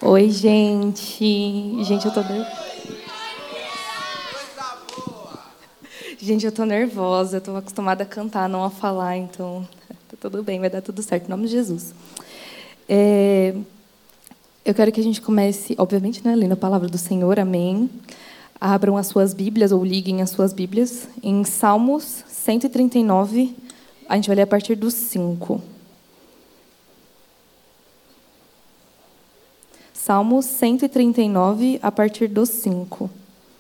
Oi, gente. Gente, eu tô Gente, eu tô nervosa. Eu tô acostumada a cantar, não a falar, então tá tudo bem, vai dar tudo certo. Em nome de Jesus. Eu quero que a gente comece, obviamente, né, lendo a palavra do Senhor, amém. Abram as suas Bíblias ou liguem as suas Bíblias em Salmos 139. A gente vai ler a partir do 5. Salmos 139, a partir do 5.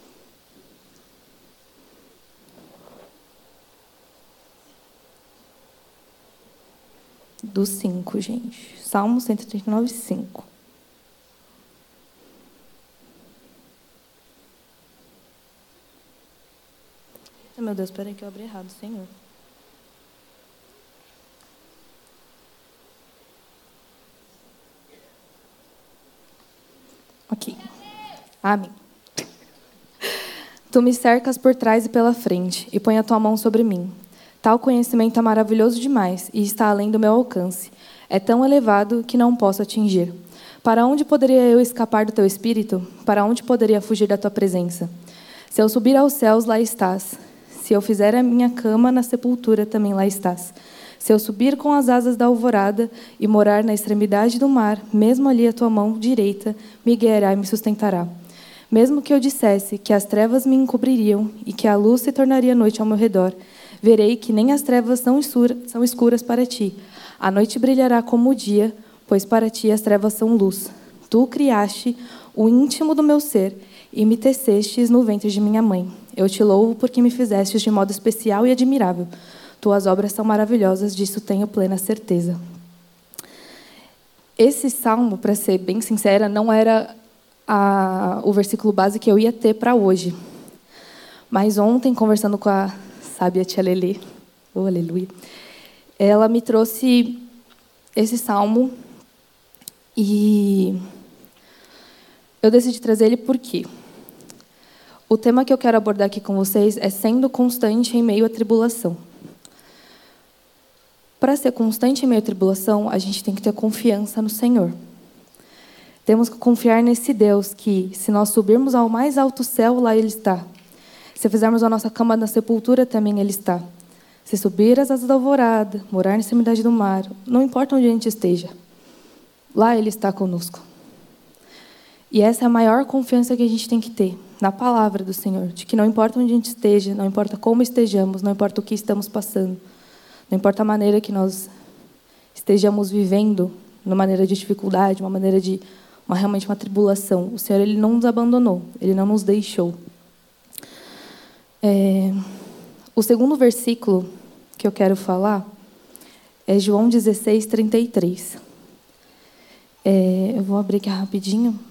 Do 5, gente. Salmo 139, 5. Meu Deus, peraí que eu abri errado, Senhor. Ok. Amém. Tu me cercas por trás e pela frente, e põe a tua mão sobre mim. Tal conhecimento é maravilhoso demais e está além do meu alcance. É tão elevado que não posso atingir. Para onde poderia eu escapar do teu espírito? Para onde poderia fugir da tua presença? Se eu subir aos céus, lá estás. Se eu fizer a minha cama na sepultura, também lá estás. Se eu subir com as asas da alvorada e morar na extremidade do mar, mesmo ali a tua mão direita me guiará e me sustentará. Mesmo que eu dissesse que as trevas me encobririam e que a luz se tornaria noite ao meu redor, verei que nem as trevas são escuras para ti. A noite brilhará como o dia, pois para ti as trevas são luz. Tu criaste o íntimo do meu ser e me tecestes no ventre de minha mãe. Eu te louvo porque me fizestes de modo especial e admirável. Tuas obras são maravilhosas, disso tenho plena certeza. Esse salmo, para ser bem sincera, não era o versículo base que eu ia ter para hoje. Mas ontem, conversando com a sábia tia Lelê, oh, aleluia, ela me trouxe esse salmo e eu decidi trazer ele por quê? O tema que eu quero abordar aqui com vocês é sendo constante em meio à tribulação. Para ser constante em meio à tribulação, a gente tem que ter confiança no Senhor. Temos que confiar nesse Deus que, se nós subirmos ao mais alto céu, lá Ele está. Se fizermos a nossa cama na sepultura, também Ele está. Se subir as asas da alvorada, morar na extremidade do mar, não importa onde a gente esteja, lá Ele está conosco. E essa é a maior confiança que a gente tem que ter na palavra do Senhor, de que não importa onde a gente esteja, não importa como estejamos, não importa o que estamos passando, não importa a maneira que nós estejamos vivendo, uma maneira de dificuldade, uma maneira de realmente uma tribulação, o Senhor Ele não nos abandonou, Ele não nos deixou. O segundo versículo que eu quero falar é João 16, 33. Eu vou abrir aqui rapidinho.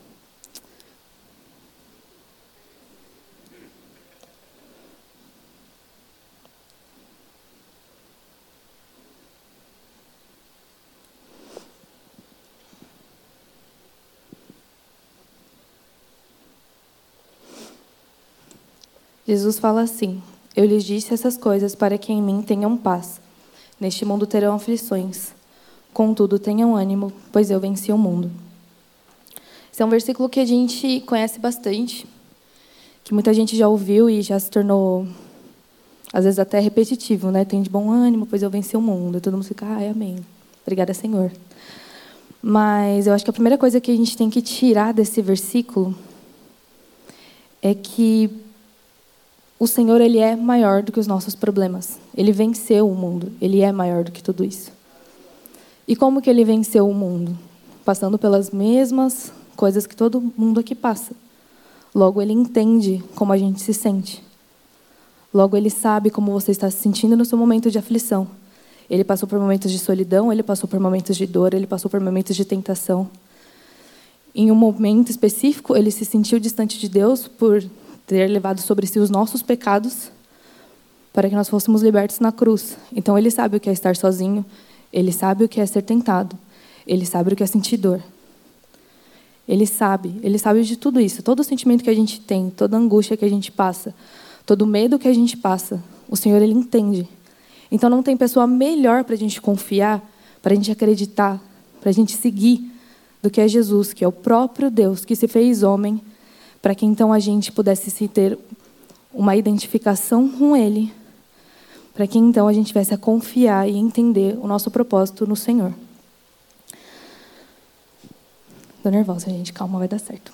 Jesus fala assim: eu lhes disse essas coisas para que em mim tenham paz. Neste mundo terão aflições. Contudo, tenham ânimo, pois eu venci o mundo. Esse é um versículo que a gente conhece bastante, que muita gente já ouviu e já se tornou, às vezes, até repetitivo, né? Tem de bom ânimo, pois eu venci o mundo. E todo mundo fica, amém. Obrigada, Senhor. Mas eu acho que a primeira coisa que a gente tem que tirar desse versículo é que o Senhor, Ele é maior do que os nossos problemas. Ele venceu o mundo. Ele é maior do que tudo isso. E como que Ele venceu o mundo? Passando pelas mesmas coisas que todo mundo aqui passa. Logo, Ele entende como a gente se sente. Logo, Ele sabe como você está se sentindo no seu momento de aflição. Ele passou por momentos de solidão, Ele passou por momentos de dor, Ele passou por momentos de tentação. Em um momento específico, Ele se sentiu distante de Deus por ter levado sobre si os nossos pecados para que nós fôssemos libertos na cruz. Então, Ele sabe o que é estar sozinho, Ele sabe o que é ser tentado, Ele sabe o que é sentir dor. Ele sabe de tudo isso, todo o sentimento que a gente tem, toda a angústia que a gente passa, todo o medo que a gente passa, o Senhor, Ele entende. Então, não tem pessoa melhor para a gente confiar, para a gente acreditar, para a gente seguir do que é Jesus, que é o próprio Deus que se fez homem, para que então a gente pudesse se ter uma identificação com Ele, para que então a gente tivesse a confiar e entender o nosso propósito no Senhor. Tô nervosa, gente. Calma, vai dar certo.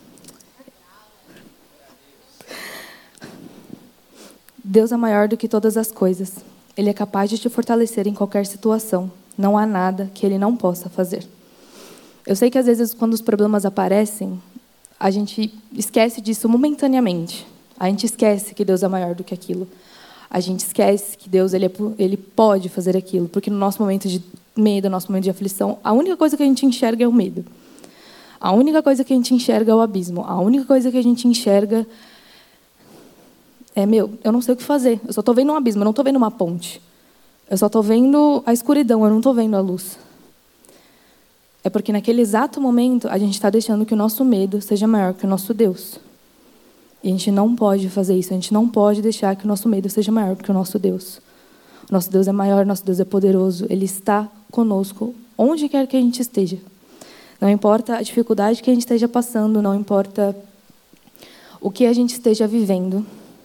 Deus é maior do que todas as coisas. Ele é capaz de te fortalecer em qualquer situação. Não há nada que Ele não possa fazer. Eu sei que às vezes quando os problemas aparecem, a gente esquece disso momentaneamente. A gente esquece que Deus é maior do que aquilo. A gente esquece que Deus ele pode fazer aquilo, porque no nosso momento de medo, no nosso momento de aflição, a única coisa que a gente enxerga é o medo. A única coisa que a gente enxerga é o abismo. A única coisa que a gente enxerga é, eu não sei o que fazer. Eu só estou vendo um abismo, eu não estou vendo uma ponte. Eu só estou vendo a escuridão, eu não estou vendo a luz. É porque naquele exato momento a gente está deixando que o nosso medo seja maior que o nosso Deus. E a gente não pode fazer isso, a gente não pode deixar que o nosso medo seja maior que o nosso Deus. O nosso Deus é maior, o nosso Deus é poderoso, Ele está conosco, onde quer que a gente esteja. Não importa a dificuldade que a gente esteja passando, não importa o que a gente esteja vivendo.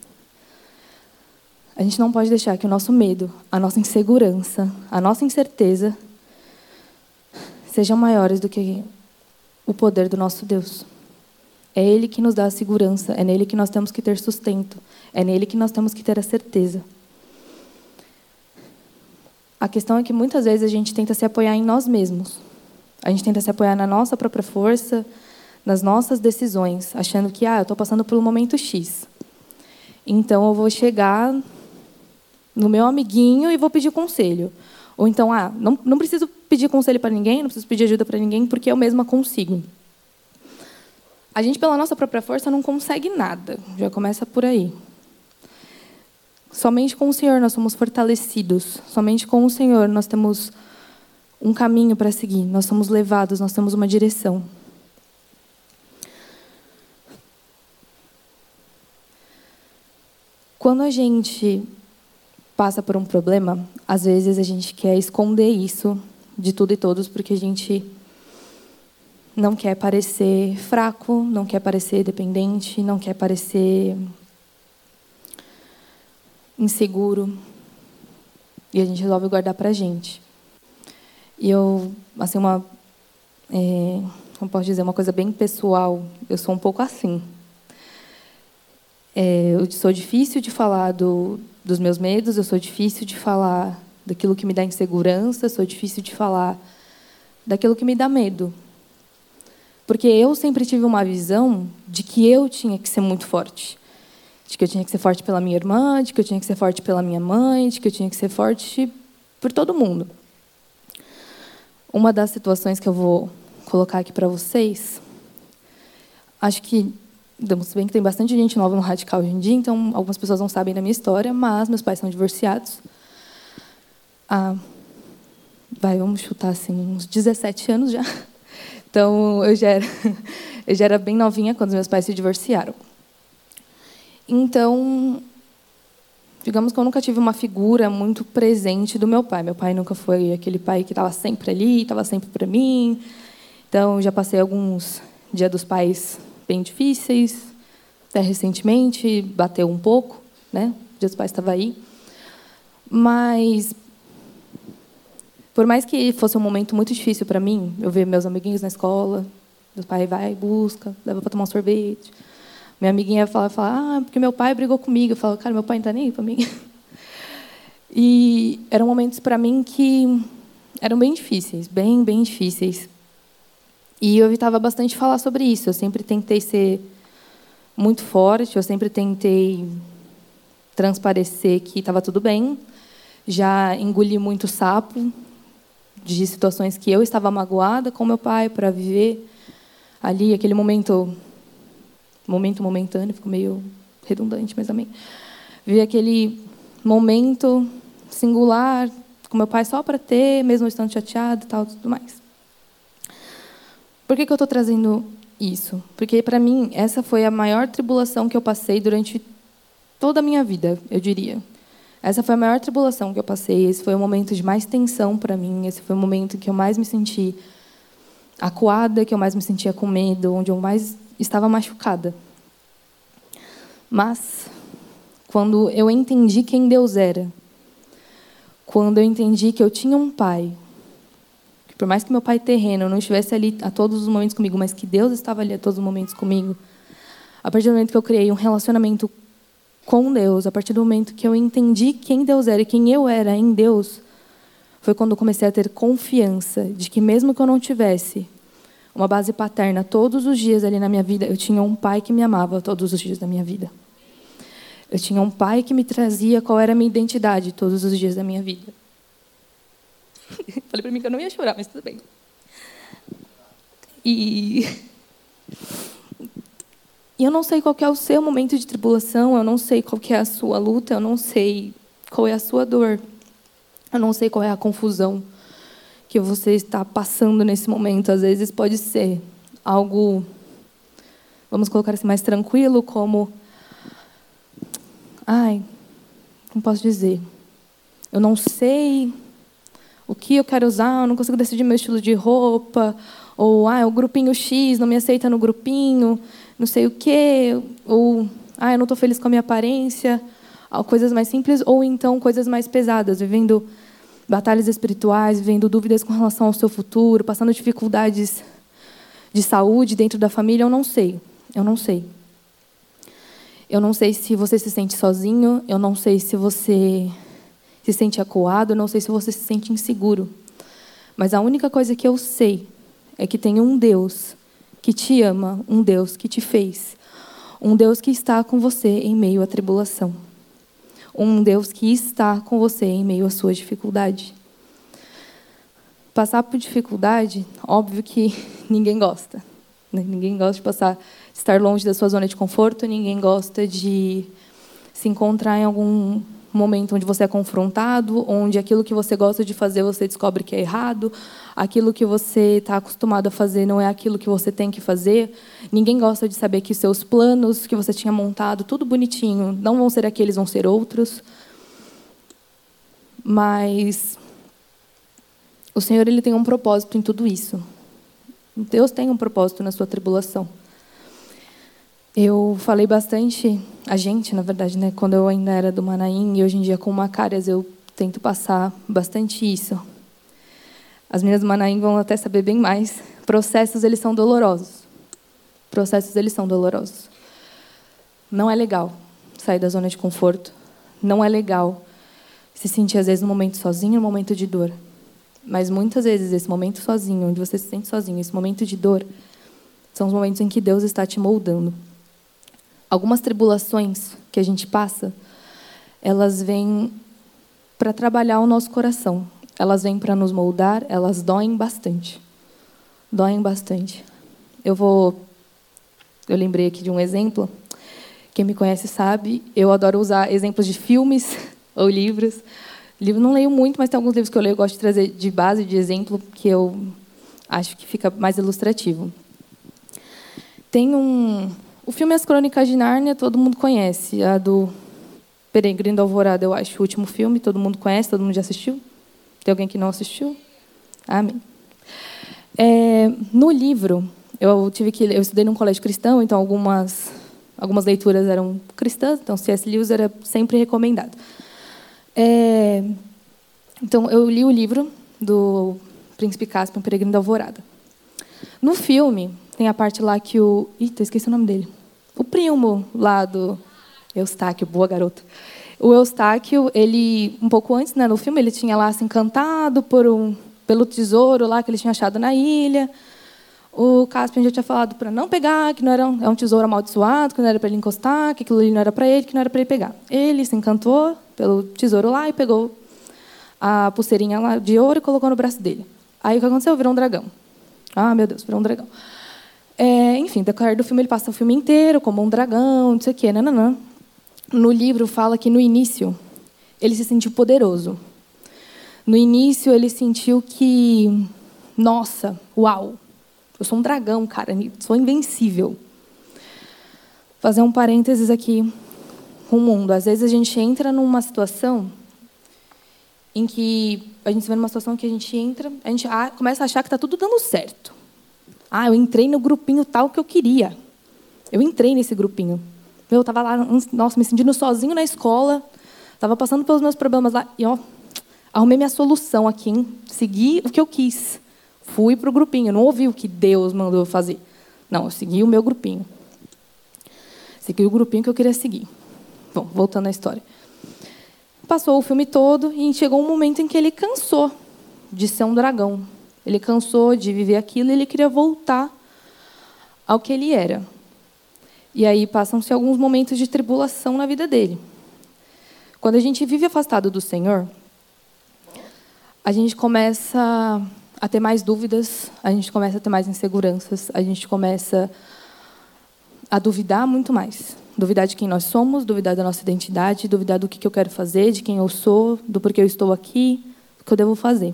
A gente não pode deixar que o nosso medo, a nossa insegurança, a nossa incerteza sejam maiores do que o poder do nosso Deus. É Ele que nos dá a segurança, é nele que nós temos que ter sustento, é nele que nós temos que ter a certeza. A questão é que muitas vezes a gente tenta se apoiar em nós mesmos. A gente tenta se apoiar na nossa própria força, nas nossas decisões, achando que eu estou passando por um momento X. Então eu vou chegar no meu amiguinho e vou pedir conselho. Ou então, não preciso pedir conselho para ninguém, não preciso pedir ajuda para ninguém, porque eu mesma consigo. A gente, pela nossa própria força, não consegue nada. Já começa por aí. Somente com o Senhor nós somos fortalecidos. Somente com o Senhor nós temos um caminho para seguir. Nós somos levados, nós temos uma direção. Quando a gente passa por um problema, às vezes a gente quer esconder isso de tudo e todos, porque a gente não quer parecer fraco, não quer parecer dependente, não quer parecer inseguro. E a gente resolve guardar para a gente. E eu, assim, como posso dizer, uma coisa bem pessoal, eu sou um pouco assim. Eu sou difícil de falar dos meus medos, eu sou difícil de falar daquilo que me dá insegurança, sou difícil de falar daquilo que me dá medo. Porque eu sempre tive uma visão de que eu tinha que ser muito forte. De que eu tinha que ser forte pela minha irmã, de que eu tinha que ser forte pela minha mãe, de que eu tinha que ser forte por todo mundo. Uma das situações que eu vou colocar aqui para vocês, acho que, se bem que tem bastante gente nova no Radical hoje em dia, então algumas pessoas não sabem da minha história, mas meus pais são divorciados. Vamos chutar assim, uns 17 anos já. Então, eu já era bem novinha quando meus pais se divorciaram. Então, digamos que eu nunca tive uma figura muito presente do meu pai. Meu pai nunca foi aquele pai que estava sempre ali, estava sempre para mim. Então, já passei alguns Dia dos Pais bem difíceis. Até recentemente, bateu um pouco, né? O Dia dos Pais estava aí. Mas, por mais que fosse um momento muito difícil para mim, eu ver meus amiguinhos na escola, meu pai vai, busca, leva para tomar um sorvete. Minha amiguinha fala, porque meu pai brigou comigo. Eu falo, cara, meu pai não está nem aí para mim. E eram momentos para mim que eram bem difíceis, bem, bem difíceis. E eu evitava bastante falar sobre isso. Eu sempre tentei ser muito forte, eu sempre tentei transparecer que estava tudo bem. Já engoli muito sapo de situações que eu estava magoada com meu pai para viver ali aquele momento momentâneo, ficou meio redundante, mas também viver aquele momento singular com meu pai só para ter, mesmo estando chateado e tal, tudo mais. Por que eu estou trazendo isso? Porque, para mim, essa foi a maior tribulação que eu passei durante toda a minha vida, eu diria. Essa foi a maior tribulação que eu passei. Esse foi o momento de mais tensão para mim. Esse foi o momento que eu mais me senti acuada, que eu mais me sentia com medo, onde eu mais estava machucada. Mas, quando eu entendi quem Deus era, quando eu entendi que eu tinha um pai, que por mais que meu pai terreno não estivesse ali a todos os momentos comigo, mas que Deus estava ali a todos os momentos comigo, a partir do momento que eu criei um relacionamento com Deus, a partir do momento que eu entendi quem Deus era e quem eu era em Deus, foi quando eu comecei a ter confiança de que mesmo que eu não tivesse uma base paterna todos os dias ali na minha vida, eu tinha um pai que me amava todos os dias da minha vida. Eu tinha um pai que me trazia qual era a minha identidade todos os dias da minha vida. Falei para mim que eu não ia chorar, mas tudo bem. E eu não sei qual que é o seu momento de tribulação, eu não sei qual que é a sua luta, eu não sei qual é a sua dor. Eu não sei qual é a confusão que você está passando nesse momento. Às vezes pode ser algo, vamos colocar assim, mais tranquilo, como... como posso dizer? Eu não sei o que eu quero usar, eu não consigo decidir meu estilo de roupa, ou o grupinho X não me aceita no grupinho, não sei o quê, ou eu não estou feliz com a minha aparência, coisas mais simples, ou então coisas mais pesadas, vivendo batalhas espirituais, vivendo dúvidas com relação ao seu futuro, passando dificuldades de saúde dentro da família, eu não sei. Eu não sei se você se sente sozinho, eu não sei se você se sente acuado, eu não sei se você se sente inseguro. Mas a única coisa que eu sei é que tem um Deus que te ama, um Deus que te fez, um Deus que está com você em meio à tribulação. Um Deus que está com você em meio à sua dificuldade. Passar por dificuldade, óbvio que ninguém gosta. Né? Ninguém gosta de estar longe da sua zona de conforto, ninguém gosta de se encontrar em algum momento onde você é confrontado, onde aquilo que você gosta de fazer você descobre que é errado, aquilo que você está acostumado a fazer não é aquilo que você tem que fazer. Ninguém gosta de saber que os seus planos que você tinha montado, tudo bonitinho, não vão ser aqueles, vão ser outros. Mas o Senhor, ele tem um propósito em tudo isso. Deus tem um propósito na sua tribulação. Eu falei bastante, a gente, na verdade, né, quando eu ainda era do Manaim, e hoje em dia com o Macárias, eu tento passar bastante isso. As meninas do Manaim vão até saber bem mais. Processos, eles são dolorosos. Processos, eles são dolorosos. Não é legal sair da zona de conforto. Não é legal se sentir, às vezes, num momento sozinho, num momento de dor. Mas, muitas vezes, esse momento sozinho, onde você se sente sozinho, esse momento de dor, são os momentos em que Deus está te moldando. Algumas tribulações que a gente passa, elas vêm para trabalhar o nosso coração. Elas vêm para nos moldar, elas doem bastante. Doem bastante. Eu lembrei aqui de um exemplo. Quem me conhece sabe, eu adoro usar exemplos de filmes ou livros. Livro não leio muito, mas tem alguns livros que eu leio, eu gosto de trazer de base, de exemplo, que eu acho que fica mais ilustrativo. Tem o filme As Crônicas de Nárnia, todo mundo conhece. A do Peregrino da Alvorada, eu acho o último filme, todo mundo conhece, todo mundo já assistiu? Tem alguém que não assistiu? Amém. No livro, eu estudei num colégio cristão, então algumas leituras eram cristãs, então C.S. Lewis era sempre recomendado. Então, eu li o livro do Príncipe Caspian, Peregrino da Alvorada. No filme, tem a parte lá que esqueci o nome dele. O primo lá do Eustáquio, boa garota. O Eustáquio, ele, um pouco antes, né, no filme, ele tinha lá se encantado pelo tesouro lá que ele tinha achado na ilha. O Caspian já tinha falado para não pegar, que não era um tesouro amaldiçoado, que não era para ele encostar, que aquilo ali não era para ele, que não era para ele pegar. Ele se encantou pelo tesouro lá e pegou a pulseirinha lá de ouro e colocou no braço dele. Aí o que aconteceu? Virou um dragão. Ah, meu Deus, virou um dragão. Enfim, decorrer do filme, ele passa o filme inteiro como um dragão, não sei o quê. Nananã. No livro, fala que, no início, ele se sentiu poderoso. No início, ele sentiu que, nossa, uau, eu sou um dragão, cara, sou invencível. Fazer um parênteses aqui com o mundo. Às vezes, a gente entra numa situação em que a gente se vê numa situação que a gente entra, a gente começa a achar que está tudo dando certo. Eu entrei no grupinho tal que eu queria. Eu entrei nesse grupinho. Eu estava lá, nossa, me sentindo sozinho na escola, estava passando pelos meus problemas lá, e arrumei minha solução aqui, hein? Segui o que eu quis. Fui para o grupinho, não ouvi o que Deus mandou eu fazer. Não, eu segui o meu grupinho. Segui o grupinho que eu queria seguir. Bom, voltando à história. Passou o filme todo e chegou um momento em que ele cansou de ser um dragão. Ele cansou de viver aquilo e ele queria voltar ao que ele era. E aí passam-se alguns momentos de tribulação na vida dele. Quando a gente vive afastado do Senhor, a gente começa a ter mais dúvidas, a gente começa a ter mais inseguranças, a gente começa a duvidar muito mais. Duvidar de quem nós somos, duvidar da nossa identidade, duvidar do que eu quero fazer, de quem eu sou, do porquê eu estou aqui, do que eu devo fazer.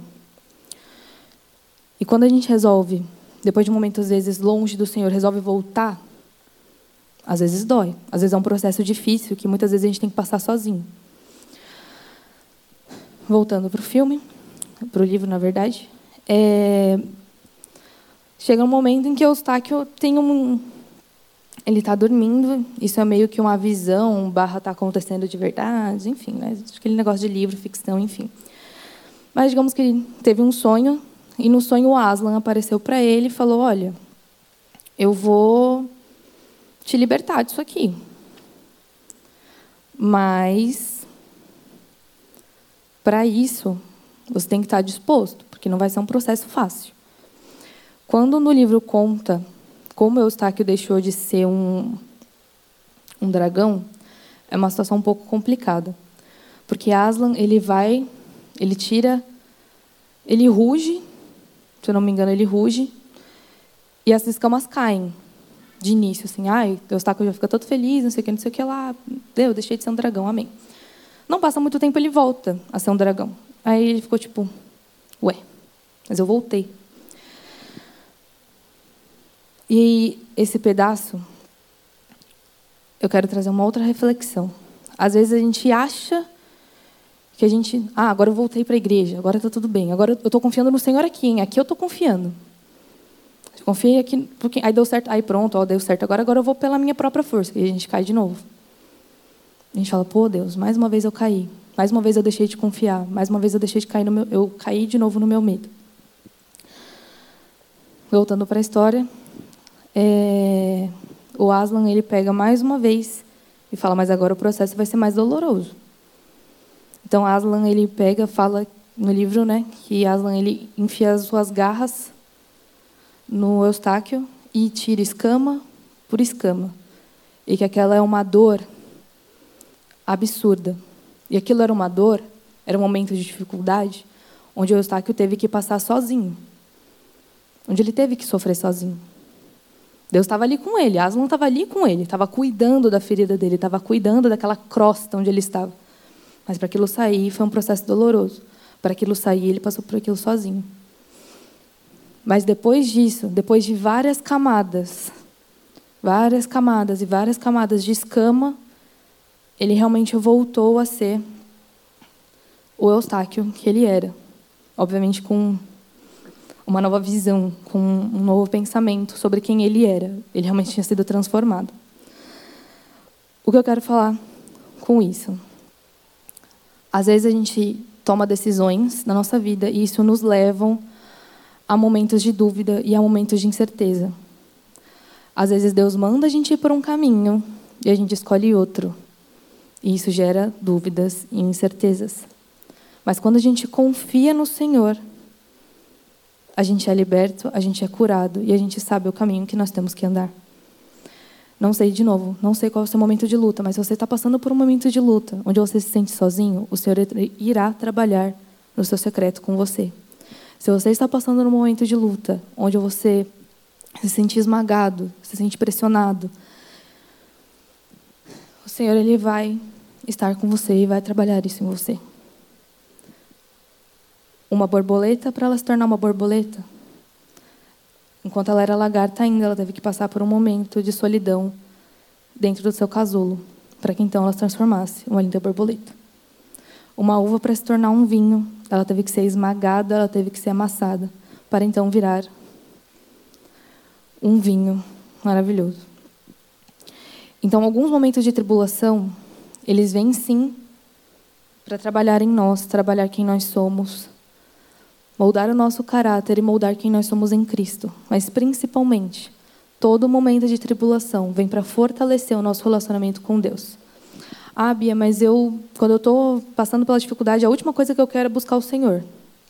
E quando a gente resolve, depois de um momento, às vezes, longe do Senhor, resolve voltar, às vezes dói. Às vezes é um processo difícil, que muitas vezes a gente tem que passar sozinho. Voltando para o filme, para o livro, na verdade, chega um momento em que o Eustáquio tem ele está dormindo, isso é meio que uma visão, / está acontecendo de verdade, enfim, né? Aquele negócio de livro, ficção, enfim. Mas digamos que ele teve um sonho, e no sonho o Aslan apareceu para ele e falou, olha, eu vou te libertar disso aqui. Mas, para isso, você tem que estar disposto, porque não vai ser um processo fácil. Quando no livro conta como Eustáquio deixou de ser um dragão, é uma situação um pouco complicada. Porque Aslan, ele ruge, se eu não me engano, ele ruge, e as escamas caem de início, assim, Eustáquio já fica todo feliz, não sei o que lá, eu deixei de ser um dragão, amém. Não passa muito tempo, ele volta a ser um dragão. Aí ele ficou tipo, mas eu voltei. E esse pedaço, eu quero trazer uma outra reflexão. Às vezes a gente acha que a gente... agora eu voltei para a igreja, agora está tudo bem. Agora eu estou confiando no Senhor aqui, hein? Aqui eu estou confiando. Confiei aqui, porque aí deu certo. Aí pronto, deu certo. Agora eu vou pela minha própria força. E a gente cai de novo. A gente fala, pô, Deus, mais uma vez eu caí. Mais uma vez eu deixei de confiar. Mais uma vez eu deixei de cair eu caí de novo no meu medo. Voltando para a história... o Aslan, ele pega mais uma vez e fala, mas agora o processo vai ser mais doloroso. Então, Aslan, ele fala no livro, né, que Aslan, ele enfia as suas garras no Eustáquio e tira escama por escama. E que aquela é uma dor absurda. E aquilo era uma dor, era um momento de dificuldade, onde o Eustáquio teve que passar sozinho. Onde ele teve que sofrer sozinho. Deus estava ali com ele, Aslan estava ali com ele, estava cuidando da ferida dele, estava cuidando daquela crosta onde ele estava. Mas para aquilo sair foi um processo doloroso. Para aquilo sair, ele passou por aquilo sozinho. Mas depois disso, depois de várias camadas e várias camadas de escama, ele realmente voltou a ser o Eustáquio que ele era. Obviamente com uma nova visão, com um novo pensamento sobre quem ele era. Ele realmente tinha sido transformado. O que eu quero falar com isso? Às vezes a gente toma decisões na nossa vida e isso nos leva a momentos de dúvida e a momentos de incerteza. Às vezes Deus manda a gente ir por um caminho e a gente escolhe outro. E isso gera dúvidas e incertezas. Mas quando a gente confia no Senhor, a gente é liberto, a gente é curado e a gente sabe o caminho que nós temos que andar. Não sei, de novo, não sei qual é o seu momento de luta, mas se você está passando por um momento de luta, onde você se sente sozinho, o Senhor irá trabalhar no seu secreto com você. Se você está passando num momento de luta, onde você se sente esmagado, se sente pressionado, o Senhor, Ele vai estar com você e vai trabalhar isso em você. Uma borboleta, para ela se tornar uma borboleta, enquanto ela era lagarta ainda, ela teve que passar por um momento de solidão dentro do seu casulo, para que então ela se transformasse em uma linda borboleta. Uma uva, para se tornar um vinho, ela teve que ser esmagada, ela teve que ser amassada, para então virar um vinho maravilhoso. Então, alguns momentos de tribulação, eles vêm sim para trabalhar em nós, trabalhar quem nós somos, moldar o nosso caráter e moldar quem nós somos em Cristo. Mas, principalmente, todo momento de tribulação vem para fortalecer o nosso relacionamento com Deus. Ah, Bia, mas quando eu estou passando pela dificuldade, a última coisa que eu quero é buscar o Senhor.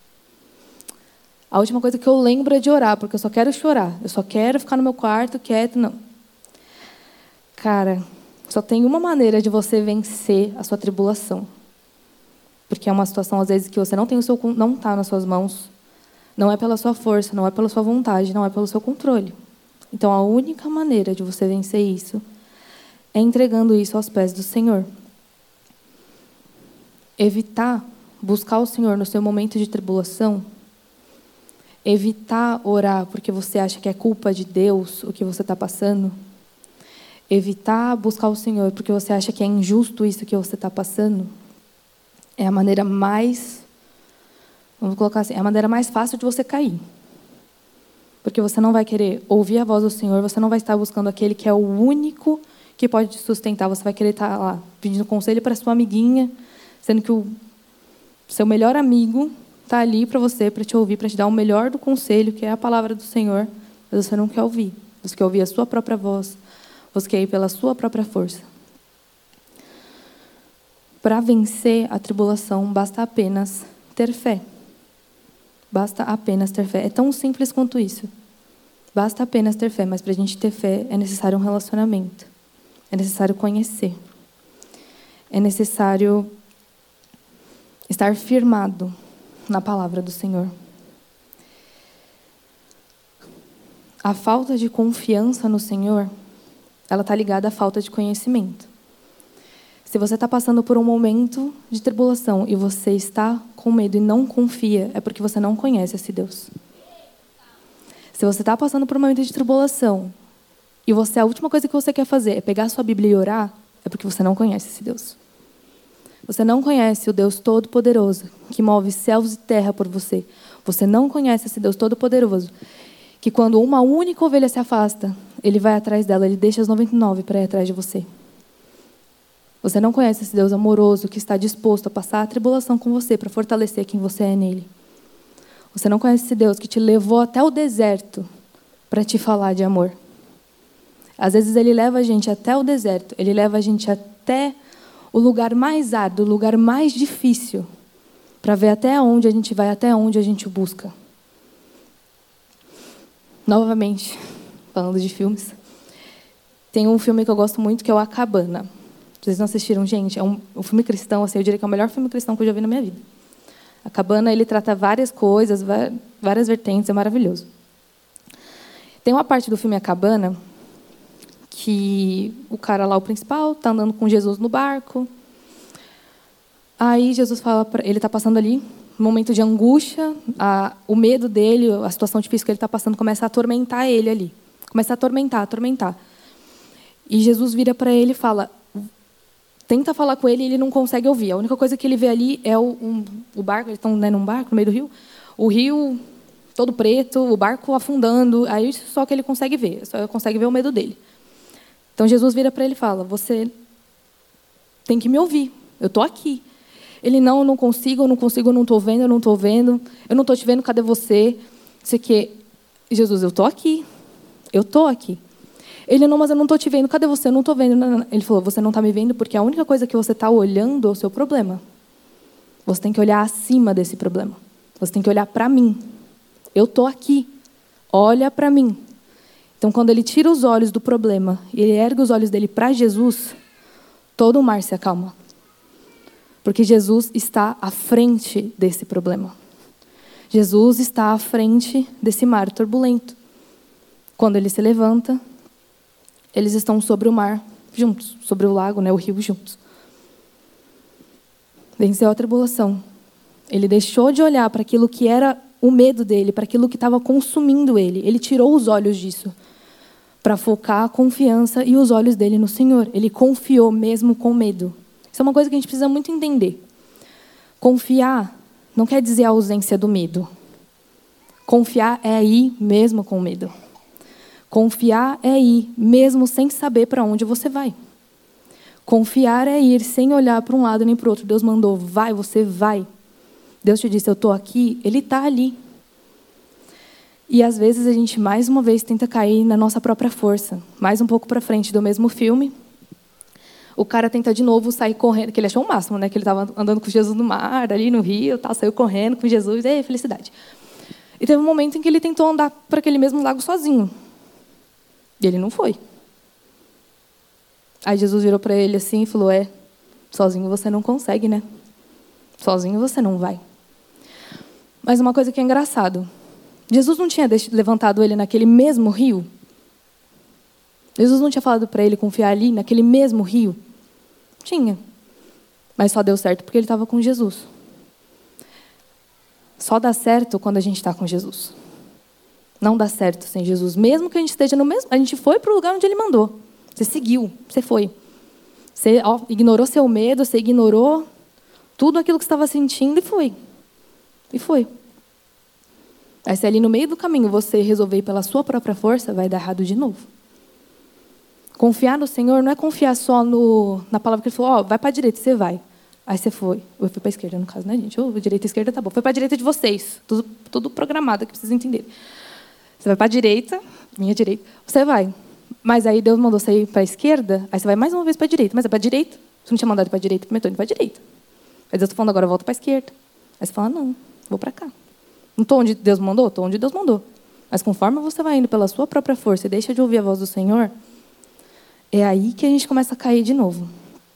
A última coisa que eu lembro é de orar, porque eu só quero chorar. Eu só quero ficar no meu quarto, quieto. Não. Cara, só tem uma maneira de você vencer a sua tribulação. Porque é uma situação, às vezes, que você não está nas suas mãos. Não é pela sua força, não é pela sua vontade, não é pelo seu controle. Então, a única maneira de você vencer isso é entregando isso aos pés do Senhor. Evitar buscar o Senhor no seu momento de tribulação, evitar orar porque você acha que é culpa de Deus o que você está passando, evitar buscar o Senhor porque você acha que é injusto isso que você está passando, é a maneira mais, vamos colocar assim, é a maneira mais fácil de você cair. Porque você não vai querer ouvir a voz do Senhor, você não vai estar buscando aquele que é o único que pode te sustentar. Você vai querer estar lá pedindo conselho para sua amiguinha, sendo que o seu melhor amigo está ali para você, para te ouvir, para te dar o melhor do conselho, que é a palavra do Senhor, mas você não quer ouvir. Você quer ouvir a sua própria voz, você quer ir pela sua própria força. Para vencer a tribulação, basta apenas ter fé. Basta apenas ter fé. É tão simples quanto isso. Basta apenas ter fé, mas para a gente ter fé é necessário um relacionamento. É necessário conhecer. É necessário estar firmado na palavra do Senhor. A falta de confiança no Senhor, ela está ligada à falta de conhecimento. Se você está passando por um momento de tribulação e você está com medo e não confia, é porque você não conhece esse Deus. Se você está passando por um momento de tribulação e a última coisa que você quer fazer é pegar a sua Bíblia e orar, é porque você não conhece esse Deus. Você não conhece o Deus Todo-Poderoso, que move céus e terra por você. Você não conhece esse Deus Todo-Poderoso, que quando uma única ovelha se afasta, Ele vai atrás dela, Ele deixa as 99 para ir atrás de você. Você não conhece esse Deus amoroso que está disposto a passar a tribulação com você para fortalecer quem você é nele. Você não conhece esse Deus que te levou até o deserto para te falar de amor. Às vezes Ele leva a gente até o deserto, Ele leva a gente até o lugar mais árduo, o lugar mais difícil, para ver até onde a gente vai, até onde a gente o busca. Novamente, falando de filmes, tem um filme que eu gosto muito que é o A Cabana. Vocês não assistiram, gente? É um filme cristão, assim, eu diria que é o melhor filme cristão que eu já vi na minha vida. A Cabana, ele trata várias coisas, várias vertentes, é maravilhoso. Tem uma parte do filme A Cabana que o cara lá, o principal, está andando com Jesus no barco. Aí Jesus fala, ele está passando ali, um momento de angústia, o medo dele, a situação difícil que ele está passando começa a atormentar ele ali. Começa a atormentar. E Jesus vira para ele e fala, tenta falar com ele e ele não consegue ouvir. A única coisa que ele vê ali é o barco, eles estão, né, num barco no meio do rio, o rio todo preto, o barco afundando, aí só que ele consegue ver, só consegue ver o medo dele. Então Jesus vira para ele e fala, você tem que me ouvir, eu estou aqui. Ele, não, eu não consigo, eu não estou vendo, eu não estou te vendo, cadê você? Isso aqui. Jesus, eu estou aqui. Ele, não, mas eu não estou te vendo, cadê você? Eu não estou vendo. Não. Ele falou, você não está me vendo porque a única coisa que você está olhando é o seu problema. Você tem que olhar acima desse problema. Você tem que olhar para mim. Eu estou aqui. Olha para mim. Então, quando ele tira os olhos do problema e ele ergue os olhos dele para Jesus, todo o mar se acalma. Porque Jesus está à frente desse problema. Jesus está à frente desse mar turbulento. Quando ele se levanta, eles estão sobre o mar juntos, sobre o lago, né, o rio juntos. Venceu a tribulação. Ele deixou de olhar para aquilo que era o medo dele, para aquilo que estava consumindo ele. Ele tirou os olhos disso para focar a confiança e os olhos dele no Senhor. Ele confiou mesmo com medo. Isso é uma coisa que a gente precisa muito entender. Confiar não quer dizer a ausência do medo. Confiar é ir mesmo com medo. Confiar é ir, mesmo sem saber para onde você vai. Confiar é ir sem olhar para um lado nem para o outro. Deus mandou, vai, você vai. Deus te disse, eu estou aqui, Ele está ali. E às vezes a gente, mais uma vez, tenta cair na nossa própria força. Mais um pouco para frente do mesmo filme, o cara tenta de novo sair correndo, que ele achou o máximo, né? Que ele estava andando com Jesus no mar, ali no rio, tal, saiu correndo com Jesus, e felicidade. E teve um momento em que ele tentou andar para aquele mesmo lago sozinho. E ele não foi. Aí Jesus virou para ele assim e falou, sozinho você não consegue, né? Sozinho você não vai. Mas uma coisa que é engraçado, Jesus não tinha levantado ele naquele mesmo rio? Jesus não tinha falado para ele confiar ali, naquele mesmo rio? Tinha. Mas só deu certo porque ele estava com Jesus. Só dá certo quando a gente está com Jesus. Não dá certo sem Jesus. Mesmo que a gente esteja no mesmo... A gente foi para o lugar onde Ele mandou. Você seguiu, você foi. Você ignorou seu medo, você ignorou tudo aquilo que você estava sentindo e foi. E foi. Aí se ali no meio do caminho você resolver ir pela sua própria força, vai dar errado de novo. Confiar no Senhor não é confiar só na palavra que Ele falou, vai para a direita, você vai. Aí você foi. Eu fui para a esquerda, no caso, né, gente? Direita e esquerda, tá bom. Foi para a direita de vocês. Tudo programado, que vocês entenderem. Você vai para a direita, minha direita, você vai. Mas aí Deus mandou você ir para a esquerda, aí você vai mais uma vez para a direita. Mas é para a direita? Você não tinha mandado ir para a direita? Eu estou indo para a direita. Aí Deus está falando, agora volta para a esquerda. Aí você fala, não, vou para cá. Não estou onde Deus mandou? Estou onde Deus mandou. Mas conforme você vai indo pela sua própria força e deixa de ouvir a voz do Senhor, é aí que a gente começa a cair de novo.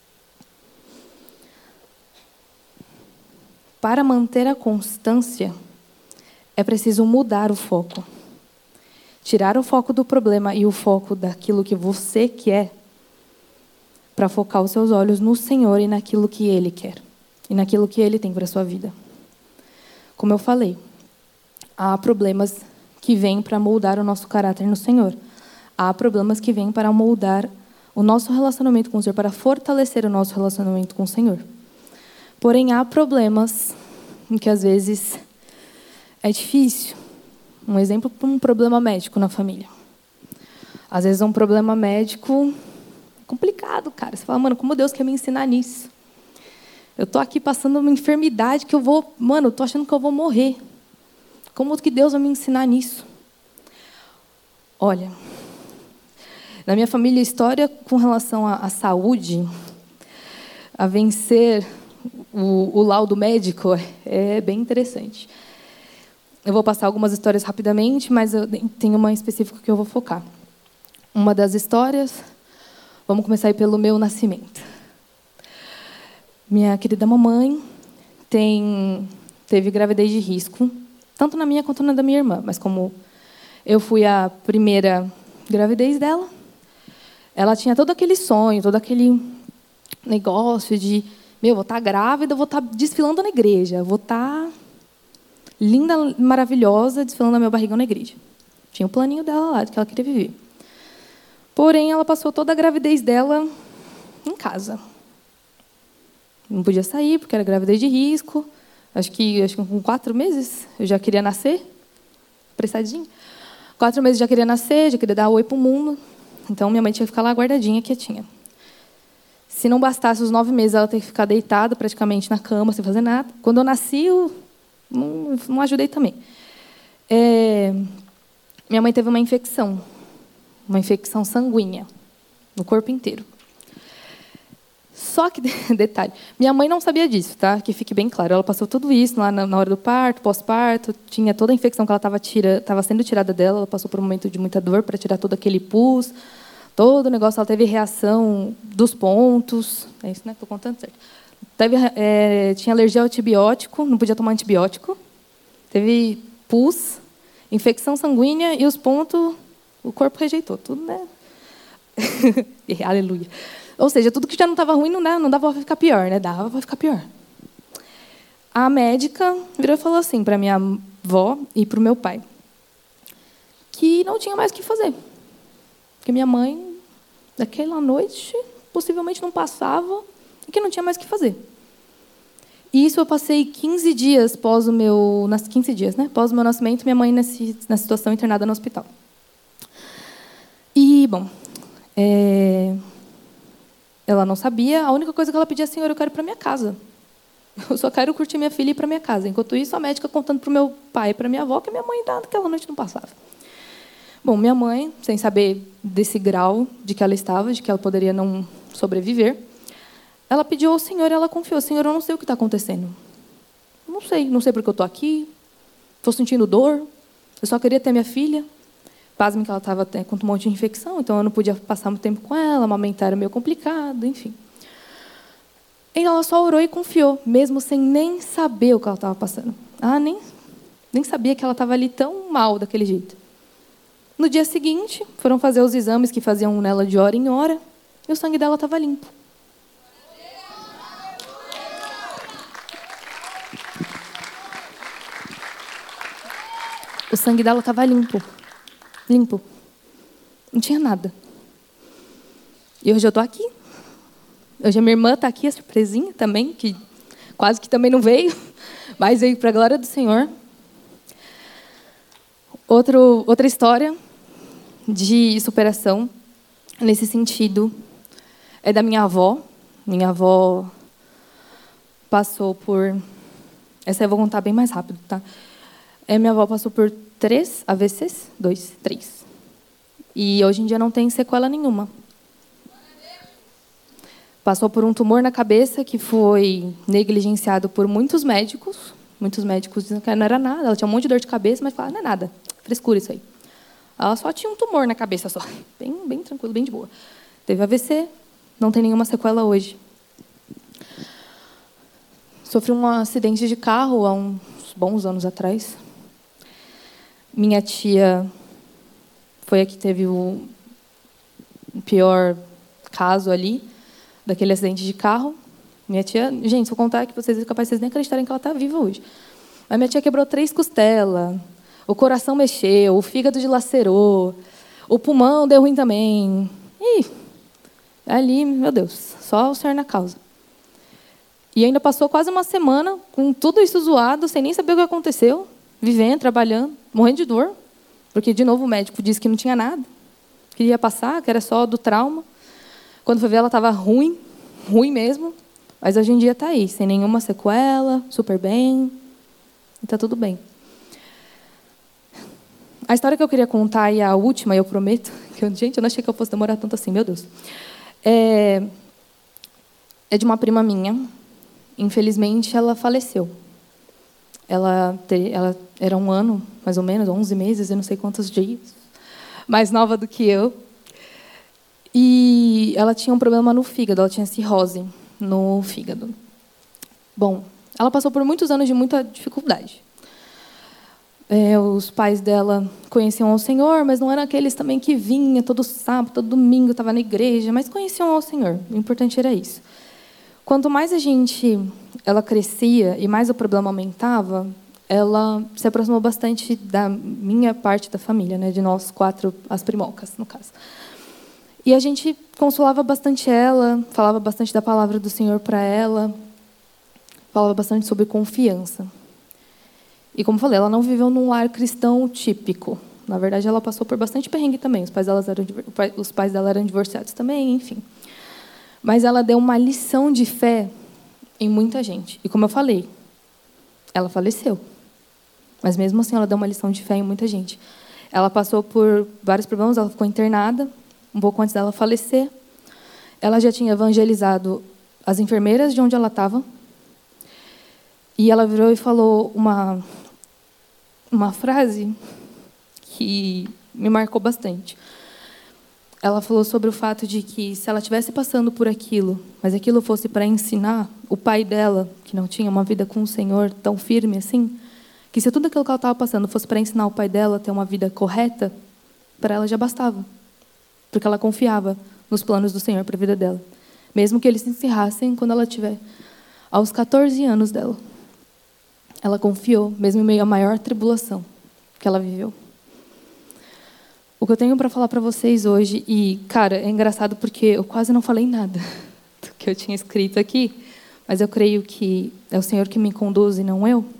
Para manter a constância, é preciso mudar o foco. Tirar o foco do problema e o foco daquilo que você quer, para focar os seus olhos no Senhor e naquilo que Ele quer. E naquilo que Ele tem para a sua vida. Como eu falei, há problemas que vêm para moldar o nosso caráter no Senhor. Há problemas que vêm para moldar o nosso relacionamento com o Senhor, para fortalecer o nosso relacionamento com o Senhor. Porém, há problemas em que, às vezes, é difícil. Um exemplo para um problema médico na família. Às vezes, é um problema médico complicado, cara. Você fala, mano, como Deus quer me ensinar nisso? Eu estou aqui passando uma enfermidade que eu vou... Mano, eu estou achando que eu vou morrer. Como que Deus vai me ensinar nisso? Olha, na minha família, a história com relação à saúde, a vencer o laudo médico, é bem interessante. Eu vou passar algumas histórias rapidamente, mas eu tenho uma específica que eu vou focar. Uma das histórias, vamos começar aí pelo meu nascimento. Minha querida mamãe teve gravidez de risco, tanto na minha quanto na da minha irmã, mas como eu fui a primeira gravidez dela, ela tinha todo aquele sonho, todo aquele negócio de, vou estar grávida, vou estar desfilando na igreja, vou estar linda, maravilhosa, desfilando a meu barrigão na igreja. Tinha o planinho dela lá, que ela queria viver. Porém, ela passou toda a gravidez dela em casa. Não podia sair, porque era gravidez de risco. Acho que com 4 meses eu já queria nascer. Apressadinha. 4 meses já queria nascer, já queria dar oi para o mundo. Então, minha mãe tinha que ficar lá guardadinha, quietinha. Se não bastasse os 9 meses, ela ter que ficar deitada praticamente na cama, sem fazer nada. Quando eu nasci, eu não ajudei também. Minha mãe teve uma infecção sanguínea no corpo inteiro. Só que, detalhe, minha mãe não sabia disso, tá? Que fique bem claro. Ela passou tudo isso lá na hora do parto, pós-parto, tinha toda a infecção que ela estava sendo tirada dela, ela passou por um momento de muita dor para tirar todo aquele pus, todo o negócio, ela teve reação dos pontos, é isso, né? Estou contando certo. Tinha alergia ao antibiótico, não podia tomar antibiótico, teve pus, infecção sanguínea e os pontos, o corpo rejeitou, tudo, né? Aleluia. Ou seja, tudo que já não estava ruim, não dava para ficar pior, né? Dava para ficar pior. A médica virou e falou assim para minha avó e para o meu pai que não tinha mais o que fazer. Porque minha mãe, daquela noite, possivelmente não passava e que não tinha mais o que fazer. E isso eu passei 15 dias pós o meu... 15 dias, né? Pós o meu nascimento, minha mãe nessa situação internada no hospital. bom. Ela não sabia, a única coisa que ela pedia, Senhor, eu quero ir para minha casa. Eu só quero curtir minha filha e ir para minha casa. Enquanto isso, a médica contando para o meu pai e para minha avó que a minha mãe naquela noite não passava. Bom, minha mãe, sem saber desse grau de que ela estava, de que ela poderia não sobreviver, ela pediu ao Senhor e ela confiou. Senhor, eu não sei o que está acontecendo. Não sei porque eu estou aqui. Estou sentindo dor. Eu só queria ter minha filha. Pasmem que ela estava com um monte de infecção, então eu não podia passar muito tempo com ela, amamentar era meio complicado, enfim. E ela só orou e confiou, mesmo sem nem saber o que ela estava passando. Nem sabia que ela estava ali tão mal daquele jeito. No dia seguinte, foram fazer os exames que faziam nela de hora em hora, e o sangue dela estava limpo. O sangue dela estava limpo. Limpo. Não tinha nada. E hoje eu estou aqui. Hoje a minha irmã está aqui, a surpresinha também, que quase que também não veio, mas veio para a glória do Senhor. Outra história de superação, nesse sentido, é da minha avó. Minha avó passou por... Essa eu vou contar bem mais rápido, tá? Minha avó passou por 3 AVCs, 3. E hoje em dia não tem sequela nenhuma. Passou por um tumor na cabeça que foi negligenciado por muitos médicos. Muitos médicos dizem que não era nada. Ela tinha um monte de dor de cabeça, mas falaram, não é nada. Frescura isso aí. Ela só tinha um tumor na cabeça só. Bem tranquilo, bem de boa. Teve AVC, não tem nenhuma sequela hoje. Sofri um acidente de carro há uns bons anos atrás. Minha tia foi a que teve o pior caso ali, daquele acidente de carro. Minha tia, gente, se eu contar que vocês são capazes de nem acreditarem que ela está viva hoje. A minha tia quebrou 3 costelas, o coração mexeu, o fígado dilacerou, o pulmão deu ruim também. E ali, meu Deus, só o Senhor na causa. E ainda passou quase uma semana com tudo isso zoado, sem nem saber o que aconteceu, vivendo, trabalhando, morrendo de dor, porque, de novo, o médico disse que não tinha nada, que ia passar, que era só do trauma. Quando foi ver, ela estava ruim mesmo, mas hoje em dia está aí, sem nenhuma sequela, super bem, e está tudo bem. A história que eu queria contar, e a última, eu prometo, gente, eu não achei que eu fosse demorar tanto assim, meu Deus, é de uma prima minha. Infelizmente, ela faleceu. Ela era 1 ano, mais ou menos, 11 meses, eu não sei quantos dias, mais nova do que eu. E ela tinha um problema no fígado, ela tinha cirrose no fígado. Bom, ela passou por muitos anos de muita dificuldade. Os pais dela conheciam ao Senhor, mas não eram aqueles também que vinha todo sábado, todo domingo, estava na igreja, mas conheciam ao Senhor. O importante era isso. Quanto mais ela crescia e mais o problema aumentava, ela se aproximou bastante da minha parte da família, né, de nós 4, as primocas, no caso. E a gente consolava bastante ela, falava bastante da palavra do Senhor para ela, falava bastante sobre confiança. E, como falei, ela não viveu num lar cristão típico. Na verdade, ela passou por bastante perrengue também. Os pais dela eram divorciados também, enfim. Mas ela deu uma lição de fé em muita gente. E, como eu falei, ela faleceu. Mas, mesmo assim, ela deu uma lição de fé em muita gente. Ela passou por vários problemas, ela ficou internada, um pouco antes dela falecer. Ela já tinha evangelizado as enfermeiras de onde ela estava. E ela virou e falou uma frase que me marcou bastante. Ela falou sobre o fato de que, se ela estivesse passando por aquilo, mas aquilo fosse para ensinar o pai dela, que não tinha uma vida com o Senhor tão firme assim, que se tudo aquilo que ela estava passando fosse para ensinar o pai dela a ter uma vida correta, para ela já bastava. Porque ela confiava nos planos do Senhor para a vida dela. Mesmo que eles se encerrassem quando ela tiver aos 14 anos dela. Ela confiou, mesmo em meio à maior tribulação que ela viveu. O que eu tenho para falar para vocês hoje, e, cara, é engraçado porque eu quase não falei nada do que eu tinha escrito aqui, mas eu creio que é o Senhor que me conduz e não eu,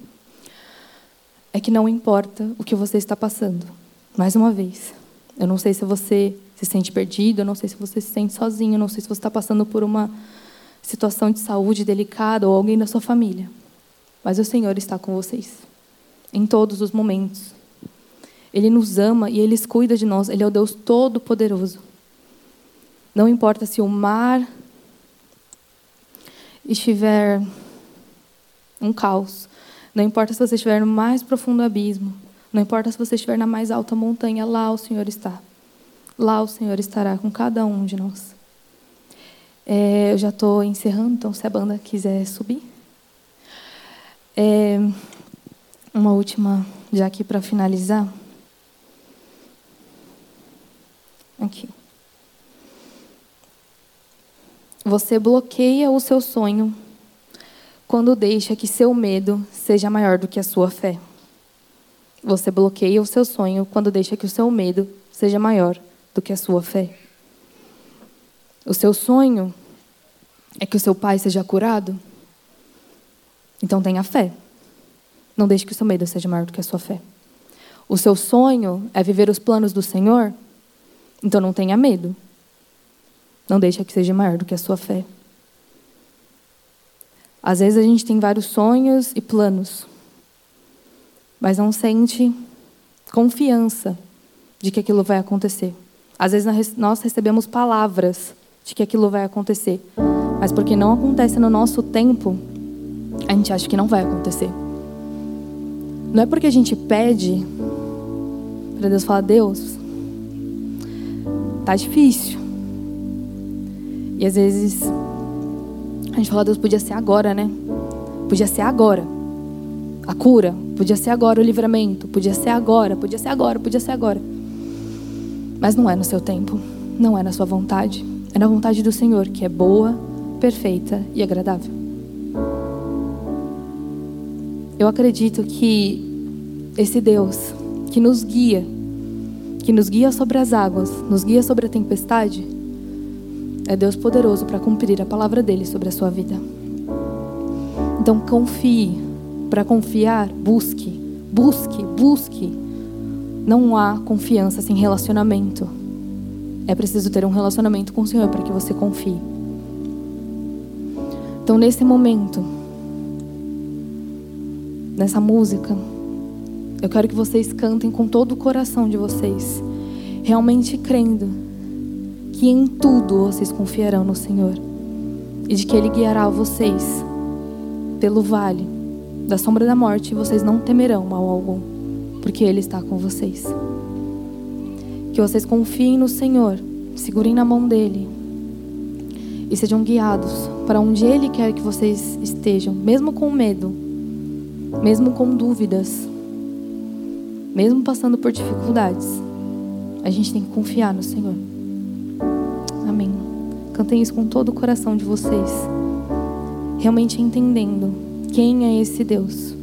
é que não importa o que você está passando. Mais uma vez, eu não sei se se sente perdido, eu não sei se você se sente sozinho, eu não sei se você está passando por uma situação de saúde delicada ou alguém da sua família. Mas o Senhor está com vocês, em todos os momentos. Ele nos ama e Ele cuida de nós. Ele é o Deus Todo-Poderoso. Não importa se o mar estiver um caos. Não importa se você estiver no mais profundo abismo. Não importa se você estiver na mais alta montanha. Lá o Senhor está. Lá o Senhor estará com cada um de nós. Eu já estou encerrando, então se a banda quiser subir. Uma última, já aqui para finalizar. Aqui. Você bloqueia o seu sonho quando deixa que seu medo seja maior do que a sua fé. Você bloqueia o seu sonho quando deixa que o seu medo seja maior do que a sua fé. O seu sonho é que o seu pai seja curado? Então tenha fé. Não deixe que o seu medo seja maior do que a sua fé. O seu sonho é viver os planos do Senhor? Então não tenha medo. Não deixe que seja maior do que a sua fé. Às vezes a gente tem vários sonhos e planos, mas não sente confiança de que aquilo vai acontecer. Às vezes nós recebemos palavras de que aquilo vai acontecer, mas porque não acontece no nosso tempo, a gente acha que não vai acontecer. Não é porque a gente pede para Deus falar: Deus, tá difícil. E às vezes a gente fala: Deus, podia ser agora, né? Podia ser agora. A cura, podia ser agora o livramento, podia ser agora, podia ser agora, podia ser agora. Mas não é no seu tempo, não é na sua vontade. É na vontade do Senhor, que é boa, perfeita e agradável. Eu acredito que esse Deus que nos guia sobre as águas, nos guia sobre a tempestade, é Deus poderoso para cumprir a palavra dele sobre a sua vida. Então confie. Para confiar, busque. Não há confiança sem relacionamento. É preciso ter um relacionamento com o Senhor para que você confie. Então nesse momento, nessa música, eu quero que vocês cantem com todo o coração de vocês, realmente crendo que em tudo vocês confiarão no Senhor e de que Ele guiará vocês pelo vale da sombra da morte e vocês não temerão mal algum, porque Ele está com vocês. Que vocês confiem no Senhor, segurem na mão dEle e sejam guiados para onde Ele quer que vocês estejam, mesmo com medo, mesmo com dúvidas, mesmo passando por dificuldades. A gente tem que confiar no Senhor. Amém. Cantem isso com todo o coração de vocês, realmente entendendo quem é esse Deus.